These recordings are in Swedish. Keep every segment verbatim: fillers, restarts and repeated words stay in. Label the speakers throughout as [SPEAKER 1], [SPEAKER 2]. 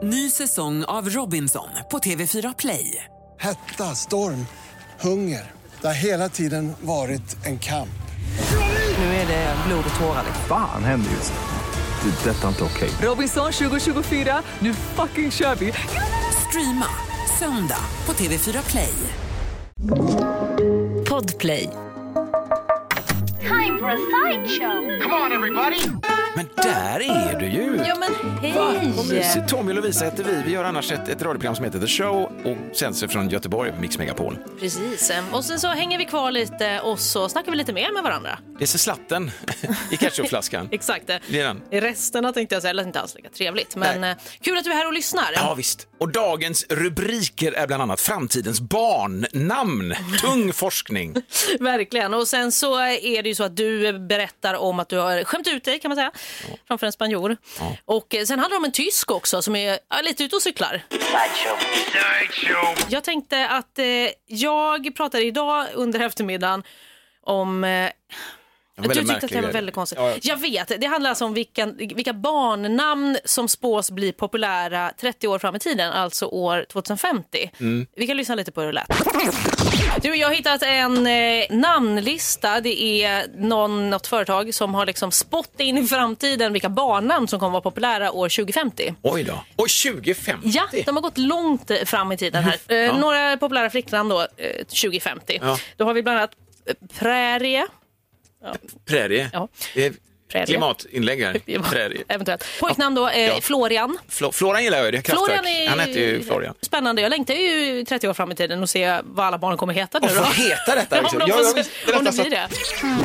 [SPEAKER 1] Ny säsong av Robinson på T V fyra Play.
[SPEAKER 2] Hetta, storm, hunger. Det har hela tiden varit en kamp.
[SPEAKER 1] Nu är det blod och tårar.
[SPEAKER 3] Fan händer just det. Det är detta inte okej.
[SPEAKER 1] Robinson tjugo tjugofyra, nu fucking kör vi. Streama söndag på T V fyra Play. Podplay.
[SPEAKER 4] Time for a sideshow.
[SPEAKER 5] Come on everybody! Men där är du ju!
[SPEAKER 6] Ja men hej!
[SPEAKER 5] Tommy och Lovisa heter vi. Vi gör annars ett, ett radioprogram som heter The Show och sänds från Göteborg på Mix Megapol.
[SPEAKER 6] Precis, och sen så hänger vi kvar lite och så snackar vi lite mer med varandra.
[SPEAKER 5] Det är så slatten i ketchupflaskan.
[SPEAKER 6] Exakt, det
[SPEAKER 5] är den.
[SPEAKER 6] I resterna tänkte jag säga, eller inte alls lika trevligt. Men Nej. Kul att du är här och lyssnar.
[SPEAKER 5] Ja visst, och dagens rubriker är bland annat framtidens barnnamn. Tung forskning.
[SPEAKER 6] Verkligen, och sen så är det ju så att du berättar om att du har skämt ut dig kan man säga. Ja. Framför en spanjor. Ja. Och sen handlar det om en tysk också som är ja, lite ute och cyklar.
[SPEAKER 5] Sideshow. Sideshow.
[SPEAKER 6] Jag tänkte att eh, jag pratade idag under eftermiddagen om... Eh, du tyckte att det var väldigt konstigt. Ja, ja. Jag vet, det handlar alltså om vilka, vilka barnnamn som spås bli populära trettio år fram i tiden, alltså år tjugohundrafemtio. Mm. Vi kan lyssna lite på hur det lät. Du, jag har hittat en eh, namnlista. Det är någon, något företag som har liksom spått in i framtiden vilka barnnamn som kommer vara populära år tjugohundrafemtio.
[SPEAKER 5] Oj då. År tjugohundrafemtio?
[SPEAKER 6] Ja, de har gått långt fram i tiden här. Eh, ja. Några populära flicknamn då, eh, tjugohundrafemtio. Ja. Då har vi bland annat eh, Prärie.
[SPEAKER 5] Ja. Prärie? Ja. Det är Prärie. Klimatinlägg här. Prärie.
[SPEAKER 6] Eventuellt. Pojknamn då, eh, ja. Florian.
[SPEAKER 5] Fl- Florian gillar jag, det är Kraftwerk. Är... Han heter ju Florian.
[SPEAKER 6] Spännande, jag längtar ju trettio år fram i tiden och se vad alla barnen kommer heta nu då.
[SPEAKER 5] Och få heta detta liksom.
[SPEAKER 6] Ja,
[SPEAKER 5] ja,
[SPEAKER 6] ja, ja, om det blir det.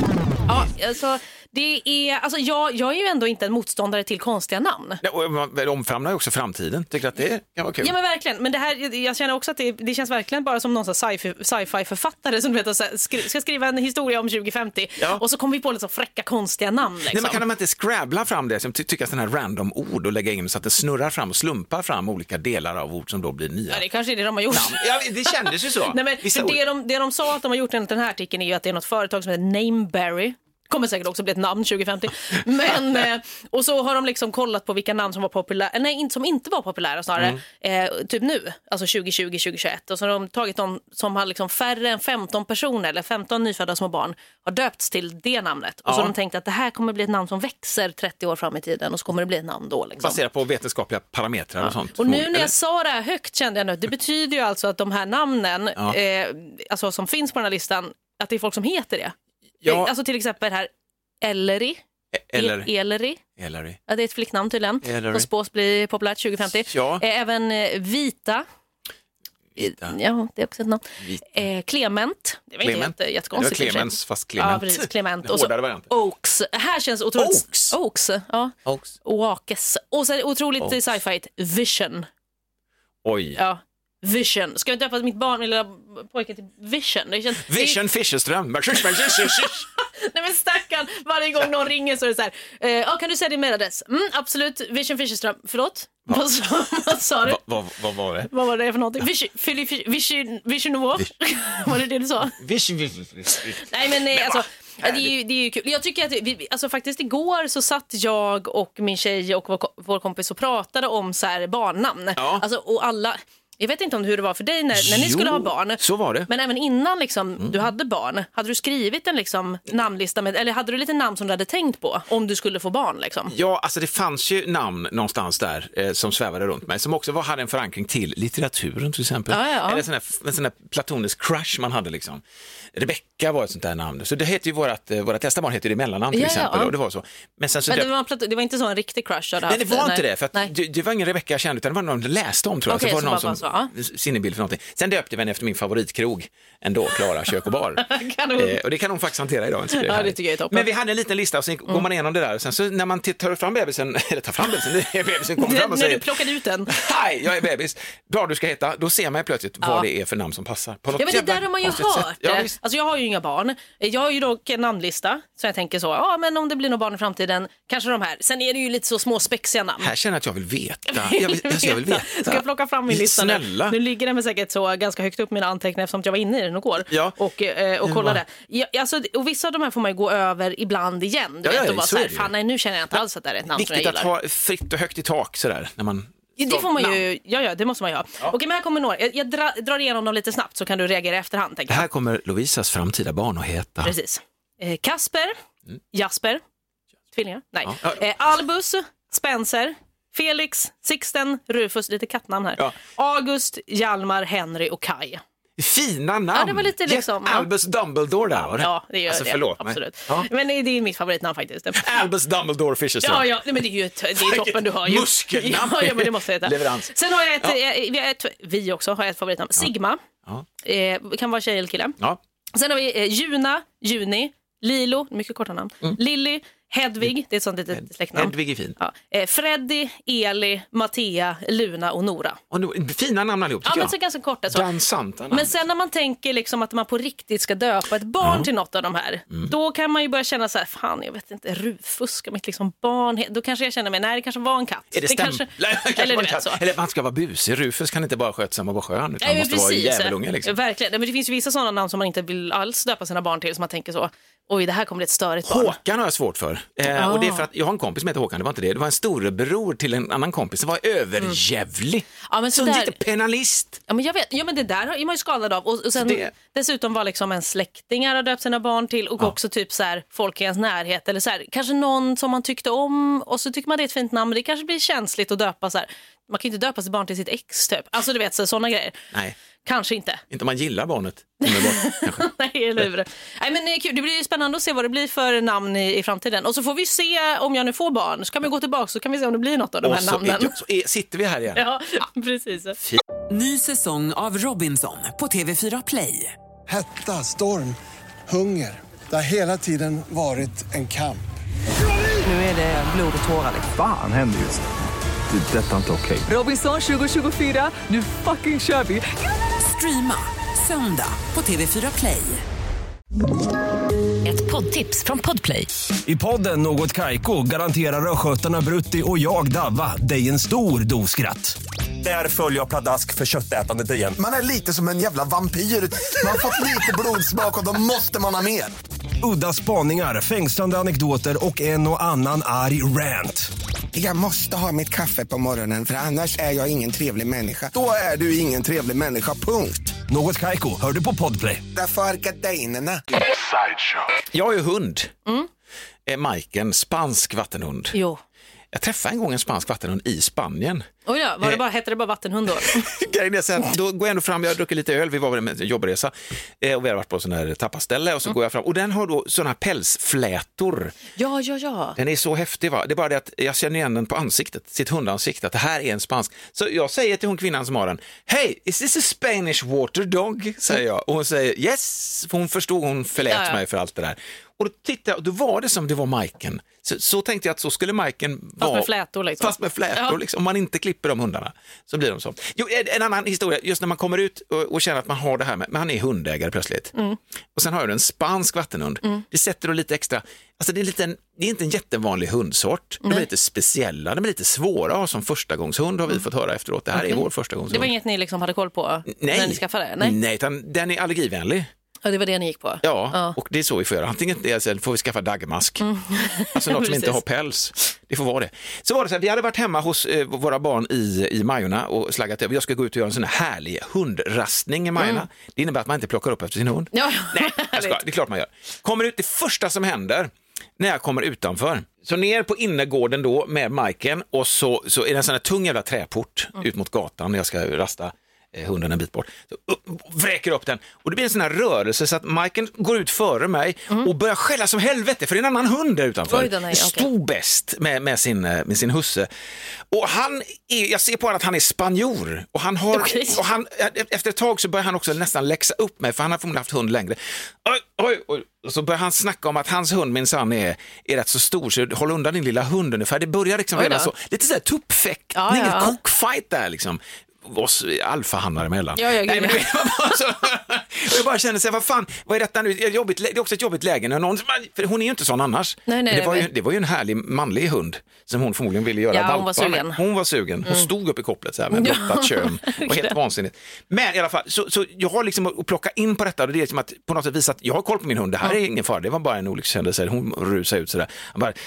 [SPEAKER 6] Ja, alltså... Det är, alltså jag, jag är ju ändå inte en motståndare till konstiga namn.
[SPEAKER 5] Ja, och man omfamnar ju också framtiden. Tycker att det kan vara kul.
[SPEAKER 6] Ja men verkligen, men det här, jag känner också att det, det känns verkligen bara som någon sci-fi, sci-fi författare som du vet, skri, ska skriva en historia om tjugohundrafemtio. Ja. Och så kommer vi på lite så fräcka konstiga namn liksom.
[SPEAKER 5] Nej, men kan de inte scrabbla fram det som ty- tycker att den här random ord och lägga in så att det snurrar fram och slumpar fram olika delar av ord som då blir nya.
[SPEAKER 6] Ja, det kanske är det de har gjort.
[SPEAKER 5] Namn. Ja, det kändes ju så.
[SPEAKER 6] Nej, men för det, de, det de sa att de har gjort enligt den här artikeln är ju att det är något företag som heter Nameberry. Kommer säkert också bli ett namn tjugohundrafemtio. Men, eh, och så har de liksom kollat på vilka namn som var populära, nej inte, som inte var populära snarare, mm. eh, typ nu, alltså tjugohundratjugo tjugohundratjugoett. Och så har de tagit de som har liksom färre än femton personer eller femton nyfödda små barn har döpts till det namnet. Och ja. Så har de tänkt att det här kommer bli ett namn som växer trettio år fram i tiden och så kommer det bli ett namn då. Liksom.
[SPEAKER 5] Baserat på vetenskapliga parametrar ja. Och sånt.
[SPEAKER 6] Och nu när jag sa det här högt kände jag nu, det betyder ju alltså att de här namnen ja. eh, alltså som finns på den här listan, att det är folk som heter det. Ja. Alltså till exempel här Ellery.
[SPEAKER 5] Eller.
[SPEAKER 6] Ellery.
[SPEAKER 5] Ellery.
[SPEAKER 6] Ja, det är ett flicknamn tydligen. Som spås bli populärt tjugohundrafemtio. Ja. Även Vita. Vita. Ja, det är också ett namn. Eh, Clement. Det var
[SPEAKER 5] Clement.
[SPEAKER 6] inte helt jättekonstigt.
[SPEAKER 5] Det var Clemens fast Clement.
[SPEAKER 6] Ja, precis. Clement.
[SPEAKER 5] Och så
[SPEAKER 6] Oaks. Här känns otroligt...
[SPEAKER 5] Oaks?
[SPEAKER 6] Oaks, ja.
[SPEAKER 5] Oaks.
[SPEAKER 6] Oakes. Och så otroligt Oaks. Sci-fi. Vision.
[SPEAKER 5] Oj.
[SPEAKER 6] Ja. Vision. Ska jag döpa mitt barn eller pojke till Vision? Det känns,
[SPEAKER 5] Vision det... Fischerström.
[SPEAKER 6] Nej men stackarn, varje gång någon ringer så är det så här. Eh, ja, kan du säga din mailadress? Mm, absolut, Vision Fischerström. Förlåt? Va? Vad, sa, vad sa du?
[SPEAKER 5] Va, va, vad var det?
[SPEAKER 6] Vad var det för någonting? Vision, vision, vision Nouveau? Var det det du sa?
[SPEAKER 5] Vision, vision,
[SPEAKER 6] Nej men nej, alltså... Ja, det, är ju, det är ju kul. Jag tycker att vi, alltså faktiskt igår så satt jag och min tjej och vår, vår kompis och pratade om så här barnnamn. Ja. Alltså, och alla... Jag vet inte om hur det var för dig när, när ni skulle ha barn.
[SPEAKER 5] Så var det.
[SPEAKER 6] Men även innan liksom, mm. du hade barn, hade du skrivit en liksom, namnlista med, eller hade du lite namn som du hade tänkt på om du skulle få barn? Liksom?
[SPEAKER 5] Ja, alltså det fanns ju namn någonstans där eh, som svävade runt mig, som också var, hade en förankring till litteraturen till exempel.
[SPEAKER 6] Ja, ja.
[SPEAKER 5] Eller sån här, en sån här platonisk crush man hade liksom. Rebecca var ett sånt där namn. Så det heter ju vårat, eh, vårat nästa barn heter det mellannamn till ja, exempel. Ja. Och det var så. Men, sen så
[SPEAKER 6] Men det,
[SPEAKER 5] det...
[SPEAKER 6] Var, det var inte så en riktig crush?
[SPEAKER 5] Nej, haft, det var nej. inte det. För att det, det var ingen Rebecca jag kände, utan det var någon jag läste om tror jag.
[SPEAKER 6] Okay,
[SPEAKER 5] så var
[SPEAKER 6] så
[SPEAKER 5] det någon som...
[SPEAKER 6] Så, ja.
[SPEAKER 5] Sinnebild för någonting. Sen döpte vi henne efter min favoritkrog ändå, Klara kök och bar. eh, och det kan hon faktiskt hantera idag. Det
[SPEAKER 6] ja, det tycker jag är toppen.
[SPEAKER 5] Men vi hade en liten lista och sen mm. går man igenom det där. Och sen så när man tar fram bebisen, eller tar fram bebisen, bebisen kommer fram och säger...
[SPEAKER 6] När du plockade ut den.
[SPEAKER 5] Hej, jag är bebis. Bra du ska heta. Då ser man plötsligt ja. vad det är för namn som passar. På något
[SPEAKER 6] ja, men det där har man ju hört.
[SPEAKER 5] Ja,
[SPEAKER 6] alltså jag har ju inga barn. Jag har ju dock en namnlista. Så jag tänker så, ja men om det blir några barn i framtiden, kanske de här. Sen är det ju lite så små spexiga namn.
[SPEAKER 5] Här känner jag att jag vill veta. Jag vill, alltså jag vill veta.
[SPEAKER 6] Ska jag plocka fram min lista
[SPEAKER 5] Snälla.
[SPEAKER 6] nu? Nu ligger den med säkert så ganska högt upp mina anteckningar eftersom jag var inne i den igår
[SPEAKER 5] ja.
[SPEAKER 6] och, eh, och kollade. Ja, alltså, och vissa av de här får man ju gå över ibland igen. Du
[SPEAKER 5] ja,
[SPEAKER 6] vet,
[SPEAKER 5] ja,
[SPEAKER 6] och bara
[SPEAKER 5] så
[SPEAKER 6] så här, fan nej, nu känner jag inte alls att det är ett namn som jag gillar.
[SPEAKER 5] Viktigt att ha fritt och högt i tak sådär, när man
[SPEAKER 6] Det får man ju, ja, ja, det måste man ju ha. Ja. Okej, men här kommer några. Jag, jag dra, drar igenom dem lite snabbt så kan du reagera i efterhand.
[SPEAKER 5] Det här kommer Lovisas framtida barn att heta.
[SPEAKER 6] Precis. Eh, Kasper, mm. Jasper, tvillingar, nej. Ja. Eh, Albus, Spencer, Felix, Sixten, Rufus, lite kattnamn här. Ja. August, Hjalmar, Henry och Kai.
[SPEAKER 5] Fina namn.
[SPEAKER 6] Ja, det var lite liksom,
[SPEAKER 5] yes, Albus Dumbledore där, var det?
[SPEAKER 6] Ja, det gör alltså, det. Förlåt, absolut. Ja. Men det är mitt favoritnamn faktiskt.
[SPEAKER 5] Albus Dumbledore Fischerström.
[SPEAKER 6] Ja, ja, men det är ju ett, det är toppen du har ju.
[SPEAKER 5] Muskelnamn.
[SPEAKER 6] Ja, ja, men det måste heta.
[SPEAKER 5] Leverans.
[SPEAKER 6] Sen har jag ett, ja. vi, har ett vi också har ett favoritnamn. Ja. Sigma. Ja. Eh, kan vara tjej eller kille. Ja. Sen har vi eh, Juna, Juni, Lilo, mycket korta namn. Mm. Lilly, Hedvig, det är ett sånt litet Hed- släktnamn.
[SPEAKER 5] Hedvig är fin.
[SPEAKER 6] Ja. Eh, Freddy, Eli, Mattea, Luna och Nora.
[SPEAKER 5] Och nu, fina namn allihop, tycker
[SPEAKER 6] ja,
[SPEAKER 5] jag.
[SPEAKER 6] Men så ganska korta. Så.
[SPEAKER 5] Dansanta namn.
[SPEAKER 6] Men sen när man tänker liksom att man på riktigt ska döpa ett barn mm. till något av de här, mm. då kan man ju börja känna så här, fan jag vet inte, Rufus, ska mitt liksom barn, då kanske jag känner mig, nej det kanske var en katt.
[SPEAKER 5] Är det, det kanske, kanske eller,
[SPEAKER 6] var en katt. Så.
[SPEAKER 5] Eller man ska vara busig, Rufus kan inte bara skötsam och vara skön, utan nej, måste precis. Vara en jävelunge liksom.
[SPEAKER 6] Verkligen, men det finns ju vissa sådana namn som man inte vill alls döpa sina barn till, som man tänker så. Oj, det här kommer bli ett störigt barn.
[SPEAKER 5] Håkan har jag svårt för. Eh, oh. Och det är för att jag har en kompis som heter Håkan, det var inte det. Det var en storebror till en annan kompis som var överjävlig. Mm. Ja, men så där... lite penalist.
[SPEAKER 6] Ja, men jag vet. Ja, men det där är man ju skadad av. Och, och sen det... dessutom var liksom en släktingar har döpt sina barn till och ja. Också typ så här, folk i ens närhet eller så här, kanske någon som man tyckte om och så tycker man det är ett fint namn, men det kanske blir känsligt att döpa så här. Man kan ju inte döpa sitt barn till sitt ex typ. Alltså du vet, så sådana grejer.
[SPEAKER 5] Nej.
[SPEAKER 6] Kanske inte.
[SPEAKER 5] Inte om man gillar barnet.
[SPEAKER 6] Nej, eller hur? Nej, men det, det blir spännande att se vad det blir för namn i, i framtiden. Och så får vi se om jag nu får barn. Så kan vi gå tillbaka så kan vi se om det blir något av de här
[SPEAKER 5] så
[SPEAKER 6] namnen.
[SPEAKER 5] Är, så är, sitter vi här igen.
[SPEAKER 6] Ja, ja. Precis.
[SPEAKER 1] F- Ny säsong av Robinson på T V fyra Play.
[SPEAKER 2] Hetta, storm, hunger. Det har hela tiden varit en kamp.
[SPEAKER 1] Nu är det blod och tårar.
[SPEAKER 3] Fan händer just det. Det är detta inte okej.
[SPEAKER 1] Okay. Robinson tjugo tjugofyra, nu fucking kör vi. Streama söndag på T V fyra Play.
[SPEAKER 4] Ett poddtips från Podplay.
[SPEAKER 7] I podden Något Kaiko garanterar röskötarna Brutti och jag Davva dig en stor doskratt. Där följer jag pladask för köttätandet igen.
[SPEAKER 8] Man är lite som en jävla vampyr. Man har fått lite blodsmak och då måste man ha mer.
[SPEAKER 7] Udda spaningar, fängslande anekdoter och en och annan arg rant.
[SPEAKER 8] Jag måste ha mitt kaffe på morgonen för annars är jag ingen trevlig människa. Då är du ingen trevlig människa, punkt.
[SPEAKER 7] Något Kaiko, hör du på Podplay.
[SPEAKER 8] Därför är gardinerna.
[SPEAKER 5] Jag har ju hund. Mm. Majken, spansk vattenhund.
[SPEAKER 6] Jo.
[SPEAKER 5] Jag träffade en gång en spansk vattenhund i Spanien.
[SPEAKER 6] Oh ja, var det bara, hette det bara vattenhund då?
[SPEAKER 5] Grejen är sen, då går jag ändå fram, jag har druckit lite öl, vi var på en jobbresa och vi har varit på sån här tappaställe och så mm. går jag fram och den har då såna här pälsflätor.
[SPEAKER 6] Ja, ja, ja.
[SPEAKER 5] Den är så häftig, va? Det är bara det att jag känner igen den på ansiktet, sitt hundansikte, att det här är en spansk. Så jag säger till hon kvinnan som har den, hej, is this a Spanish water dog? Säger jag. Och hon säger yes, för hon förstod, hon förlät ja, ja. mig för allt det där. Och då tittade jag, och då var det som det var Majken. Så, så tänkte jag att så skulle Majken vara.
[SPEAKER 6] Fast med flätor liksom.
[SPEAKER 5] Fast med flätor ja. liksom. Om man inte klipper de hundarna så blir de så. Jo, en annan historia, just när man kommer ut och, och känner att man har det här med, men han är hundägare plötsligt. Mm. Och sen har jag en spansk vattenhund. Mm. Det sätter då lite extra, alltså det är, lite en, det är inte en jättevanlig hundsort. De är lite speciella, de är lite svåra som första gångs hund har vi fått höra efteråt. Det här okay. är vår första gångs hund.
[SPEAKER 6] Det var inget ni liksom hade koll på
[SPEAKER 5] nej.
[SPEAKER 6] när ni skaffade det? Nej,
[SPEAKER 5] nej utan den är allergivänlig.
[SPEAKER 6] Ja, det var det ni gick på.
[SPEAKER 5] Ja, ja, och det är så vi får göra. Antingen det, eller får vi skaffa dagmask. Mm. Alltså något som inte har päls. Det får vara det. Så var det så här, vi hade varit hemma hos eh, våra barn i, i Majorna och slaggat över. Jag ska gå ut och göra en sån här härlig hundrastning i Majorna. Mm. Det innebär att man inte plockar upp efter sin hund.
[SPEAKER 6] Ja.
[SPEAKER 5] Nej, jag ska, det är klart man gör. Kommer ut, det första som händer när jag kommer utanför. Så ner på innergården då med Majken och så, så är det en sån här tung jävla träport mm. ut mot gatan när jag ska rasta hunden en bit bort. Så upp, vräker upp den. Och det blir en sån här rörelse så att Majken går ut före mig mm. och börjar skälla som helvete för det är en annan hund där utanför.
[SPEAKER 6] Oj, nej,
[SPEAKER 5] stor okay. bäst med, med, sin, med sin husse. Och han är, jag ser på honom att han är spanjor. Och han har, okay. och han, efter ett tag så börjar han också nästan läxa upp mig för han har förmodligen haft hund längre. Oj, oj, oj. Och så börjar han snacka om att hans hund minsann är, är rätt så stor så håll undan din lilla hund ungefär. Det börjar liksom redan så, lite så här tuppfäktning, ja, ja. Cockfight där liksom. Oss alfahannar emellan.
[SPEAKER 6] Ja, ja,
[SPEAKER 5] Nej, men, alltså, jag bara känner sig, vad fan, vad är detta nu? Det är, jobbigt, det är också ett jobbigt läge när någon, för hon är ju inte sån annars.
[SPEAKER 6] Nej, nej,
[SPEAKER 5] det, var
[SPEAKER 6] nej.
[SPEAKER 5] Ju, det var ju en härlig manlig hund som hon förmodligen ville göra.
[SPEAKER 6] Ja, hon var sugen.
[SPEAKER 5] Hon var sugen. Hon mm. stod upp i kopplet så här med blottat kön. Och helt vansinnigt. Men i alla fall, så, så jag har liksom att plocka in på detta och det är som att på något sätt visa att jag har koll på min hund. Det här mm. är ingen fara, det var bara en olyckshändelse. Hon rusade ut sådär. Han bara,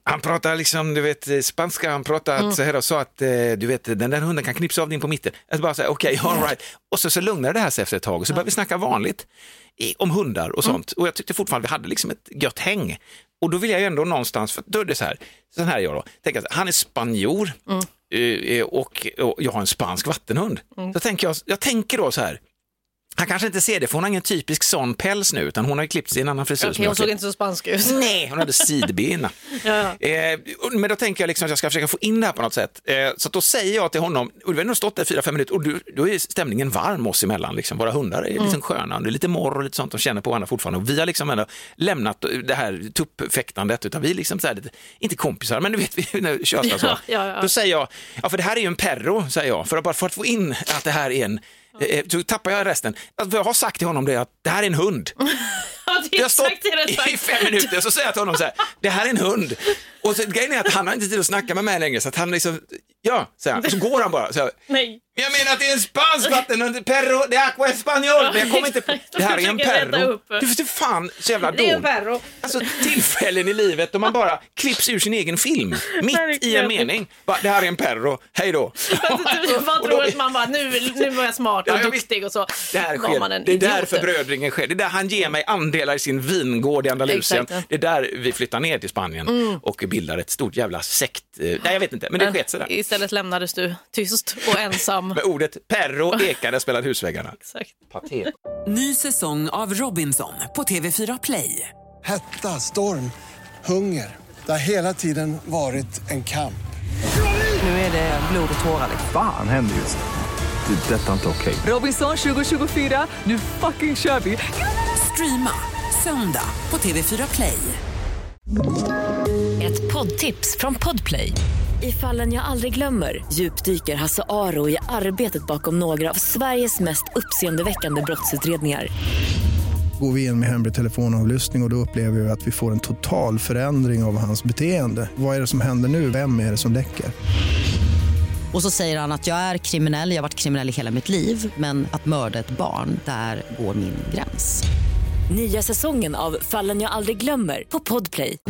[SPEAKER 5] Han pratar liksom, du vet, spanska, han pratar mm. så här och sa att, du vet, den där hunden kan knipsa av din på mitten. Jag bara säga, okej, okay, all right. Och så, så lugnade det här sig efter ett tag och så började vi snacka vanligt i, om hundar och sånt. Mm. Och jag tyckte fortfarande vi hade liksom ett gött häng. Och då vill jag ju ändå någonstans, för då är det så här, så här är jag då, tänker att han är spanjor mm. och, och jag har en spansk vattenhund. Mm. Så tänker jag, jag tänker då så här, han kanske inte ser det, för hon har ingen typisk sån päls nu, utan hon har klippt sig i en annan frisyr.
[SPEAKER 6] Okej, hon såg inte så spansk ut.
[SPEAKER 5] Nej, hon hade sidbena. ja. eh, men då tänker jag liksom att jag ska försöka få in det här på något sätt. Eh, så då säger jag till honom, och vi har nog stått där fyra, fem minuter, och du, då är stämningen varm oss emellan. Liksom. Våra hundar är mm. liksom sköna, det är lite morr och lite sånt, de känner på varandra fortfarande. Och vi har liksom ändå lämnat det här tuppfäktandet, utan vi är liksom så här, lite, inte kompisar, men du vet, vi när tjötar så. Ja, ja, ja. Då säger jag, ja för det här är ju en perro, säger jag, för att bara för att få in att det här är en så tappar jag resten. Alltså, jag har sagt till honom det att det här är en hund.
[SPEAKER 6] Ja,
[SPEAKER 5] jag har stått i fem minuter så säger jag till honom så här, det här är en hund. Och så, grejen är att han har inte tid att snacka med mig längre, så att han liksom, ja, säger han. Och så går han bara så här, nej. Jag menar att det är en spansk vattenhund, perro, det är aqua español, men jag kommer inte på, det här är en perro. Du förstår fan, så jävla dåligt. Det är en perro. Alltså tillfällen i livet då man bara klipps ur sin egen film, mitt i en mening. Bara, det här är en perro, hej då.
[SPEAKER 6] Man tror att man bara, nu, nu var jag smart och ja, duktig och så.
[SPEAKER 5] Det här sker, det är där förbrödringen sker. Det är där han ger mig andelar i sin vingård i Andalusien. Det är där vi flyttar ner till Spanien mm. och bildar ett stort jävla sekt. Nej, jag vet inte, men det sker sådär.
[SPEAKER 6] Istället lämnades du tyst och ensam.
[SPEAKER 5] Med ordet perro ekade spelade husväggarna.
[SPEAKER 6] Exakt.
[SPEAKER 1] Patet. Ny säsong av Robinson på T V fyra Play.
[SPEAKER 2] Hetta, storm, hunger. Det har hela tiden varit en kamp.
[SPEAKER 1] Nu är det blod och tårar.
[SPEAKER 3] Fan händer just det. Det är detta inte okej.
[SPEAKER 1] Okay. Robinson tjugo tjugofyra, nu fucking kör vi. Streama söndag på T V fyra Play.
[SPEAKER 4] Ett poddtips från Podplay. I Fallen jag aldrig glömmer djupdyker Hasse Aro i arbetet bakom några av Sveriges mest uppseendeväckande brottsutredningar.
[SPEAKER 9] Går vi in med hemlig telefonavlyssning och, och då upplever vi att vi får en total förändring av hans beteende. Vad är det som händer nu? Vem är det som läcker?
[SPEAKER 10] Och så säger han att jag är kriminell, jag har varit kriminell i hela mitt liv, men att mörda ett barn, där går min gräns.
[SPEAKER 4] Nya säsongen av Fallen jag aldrig glömmer på Podplay.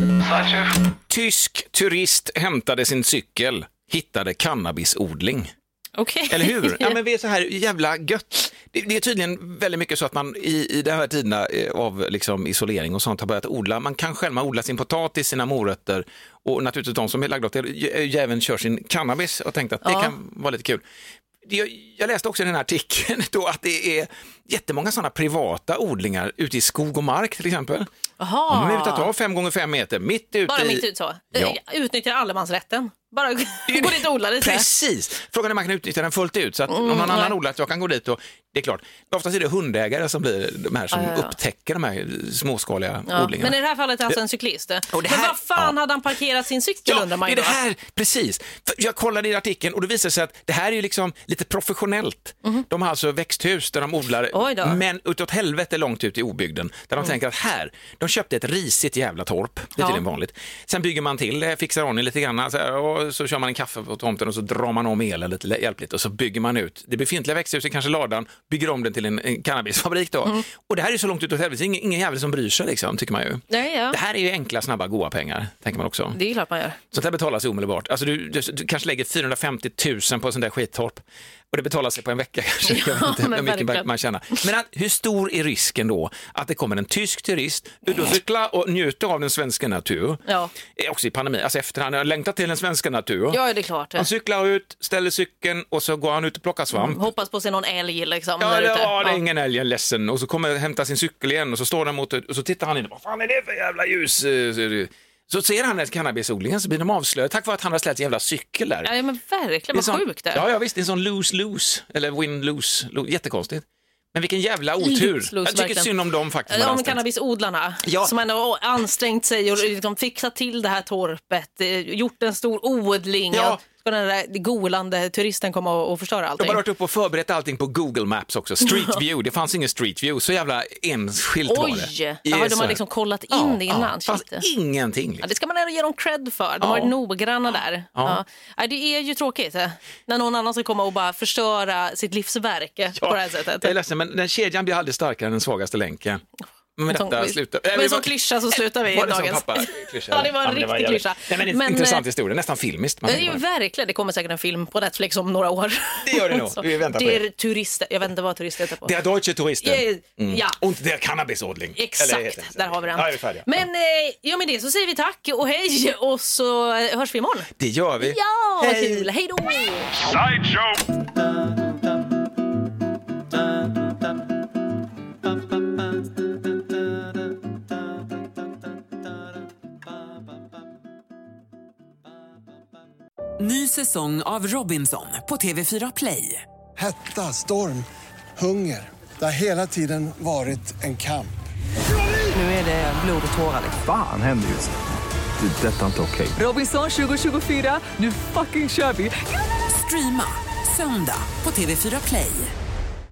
[SPEAKER 5] Tysk turist hämtade sin cykel, hittade cannabisodling.
[SPEAKER 6] Okej.
[SPEAKER 5] Okay. Eller hur? Ja, men vi är så här jävla gött. Det, det är tydligen väldigt mycket så att man i, i de här tiderna av liksom isolering och sånt har börjat odla. Man kan själv odla sin potatis, sina morötter och naturligtvis de som är lagda åt det även kör sin cannabis och tänkte att det ja. kan vara lite kul. Jag, jag läste också i den här artikeln då att det är jättemånga sådana privata odlingar ute i skog och mark till exempel.
[SPEAKER 6] Aha.
[SPEAKER 5] De är ute att ta fem gånger fem meter mitt ute
[SPEAKER 6] Bara
[SPEAKER 5] i...
[SPEAKER 6] mitt ut så. Ja. Utnyttjar allemansrätten. Bara gå dit och odla lite.
[SPEAKER 5] Precis. Frågan är om man kan utnyttja den fullt ut så att mm, om någon nej. annan odlar att jag kan gå dit och det är klart. Oftast är det hundägare som blir de här som ah, ja, ja. upptäcker de här småskaliga
[SPEAKER 6] ja.
[SPEAKER 5] odlingarna.
[SPEAKER 6] Men i det här fallet är alltså en cyklist. Här, men vad fan ja. hade han parkerat sin cykel
[SPEAKER 5] ja,
[SPEAKER 6] under mig?
[SPEAKER 5] Det är det här, precis. För jag kollade i artikeln och det visar sig att det här är ju liksom lite professionellt. Mm. De har alltså växthus där de odlar, men utåt helvete långt ut i obygden. Där de mm. tänker att här, de köpte ett risigt jävla torp. Det är ja. tydligen vanligt. Sen bygger man till, fixar ordning lite grann så här, och så kör man en kaffe på tomten och så drar man om elen lite hjälpligt och så bygger man ut det befintliga växthuset, kanske ladan, bygger om den till en, en cannabisfabrik då. Mm. Och det här är så långt ut åt helvete, ingen, ingen jävel som bryr sig liksom, tycker man ju.
[SPEAKER 6] Ja, ja.
[SPEAKER 5] Det här är ju enkla, snabba, goda pengar, tänker man också.
[SPEAKER 6] Det är klart man gör.
[SPEAKER 5] Så det betalas omedelbart. Alltså du, du, du kanske lägger fyrahundrafemtio tusen på en sån där skittorp. Och det betalar sig på en vecka kanske. Ja, jag vet inte hur mycket man tjänar. Men att, hur stor är risken då att det kommer en tysk turist ut och cykla och njuta av den svenska natur?
[SPEAKER 6] Ja.
[SPEAKER 5] Också i pandemin. Alltså efter han har längtat till den svenska natur.
[SPEAKER 6] Ja, det är klart.
[SPEAKER 5] Han cyklar ut, ställer cykeln och så går han ut och plockar svamp.
[SPEAKER 6] Mm, hoppas på att se någon älg liksom.
[SPEAKER 5] Ja,
[SPEAKER 6] där
[SPEAKER 5] det,
[SPEAKER 6] ute.
[SPEAKER 5] ja, det är
[SPEAKER 6] ja.
[SPEAKER 5] ingen älg, ledsen. Och så kommer han hämta sin cykel igen och så står han mot och så tittar han in. Vad fan är det för jävla ljus? Så ser han ett cannabisodlingen så blir de avslöjade tack vare att han har släppt en jävla cykel där.
[SPEAKER 6] Ja men verkligen, vad
[SPEAKER 5] sån,
[SPEAKER 6] sjukt det.
[SPEAKER 5] Ja, ja visst, det är en sån lose-lose eller win-lose, jättekonstigt. Men vilken jävla otur. Lose, jag tycker verkligen synd om dem faktiskt.
[SPEAKER 6] Ja, om cannabisodlarna ja. som ändå ansträngt sig och liksom fixat till det här torpet, gjort en stor odling. Ja. Ska den där golande turisten komma och, och förstöra allting?
[SPEAKER 5] De har varit uppe och förberett allting på Google Maps också. Street View, det fanns ingen Street View. Så jävla enskilt var det.
[SPEAKER 6] Oj, ja, de har liksom kollat in ja, det innan.
[SPEAKER 5] Ja, det fanns ingenting. Liksom.
[SPEAKER 6] Ja, det ska man ändå ge dem cred för. De ja. har varit noggranna där. Ja. Ja. Det är ju tråkigt när någon annan ska komma och bara förstöra sitt livsverk ja. på det här sättet.
[SPEAKER 5] Jag är ledsen, men den kedjan blir aldrig starkare än den svagaste länken. med detta slutar.
[SPEAKER 6] Men äh, som klyscha så slutar vi i dagens. Ja, det var en riktig klyscha.
[SPEAKER 5] Nej, men en men, intressant historia, nästan filmiskt.
[SPEAKER 6] Det är ju verkligen, det kommer säkert en film på Netflix om några år.
[SPEAKER 5] Det gör det nog, vi väntar på
[SPEAKER 6] det. Det är turister, jag vet inte vad turister heter på.
[SPEAKER 5] Det är deutsche Turister.
[SPEAKER 6] Mm. Ja.
[SPEAKER 5] Och det är cannabisodling.
[SPEAKER 6] Exakt, eller, där har vi den.
[SPEAKER 5] Ja, vi
[SPEAKER 6] men ja, med det så säger vi tack och hej och så hörs vi imorgon.
[SPEAKER 5] Det gör vi.
[SPEAKER 6] Ja, hej. Kul. Hej då. Sideshow.
[SPEAKER 1] Ny säsong av Robinson på T V fyra Play.
[SPEAKER 2] Hetta, storm, hunger. Det har hela tiden varit en kamp.
[SPEAKER 1] Nu är det blod och tårar.
[SPEAKER 3] Fan händer just det. Det är detta inte okej.
[SPEAKER 1] Okay. Robinson tjugo tjugofyra, nu fucking kör vi. Streama söndag på T V fyra Play.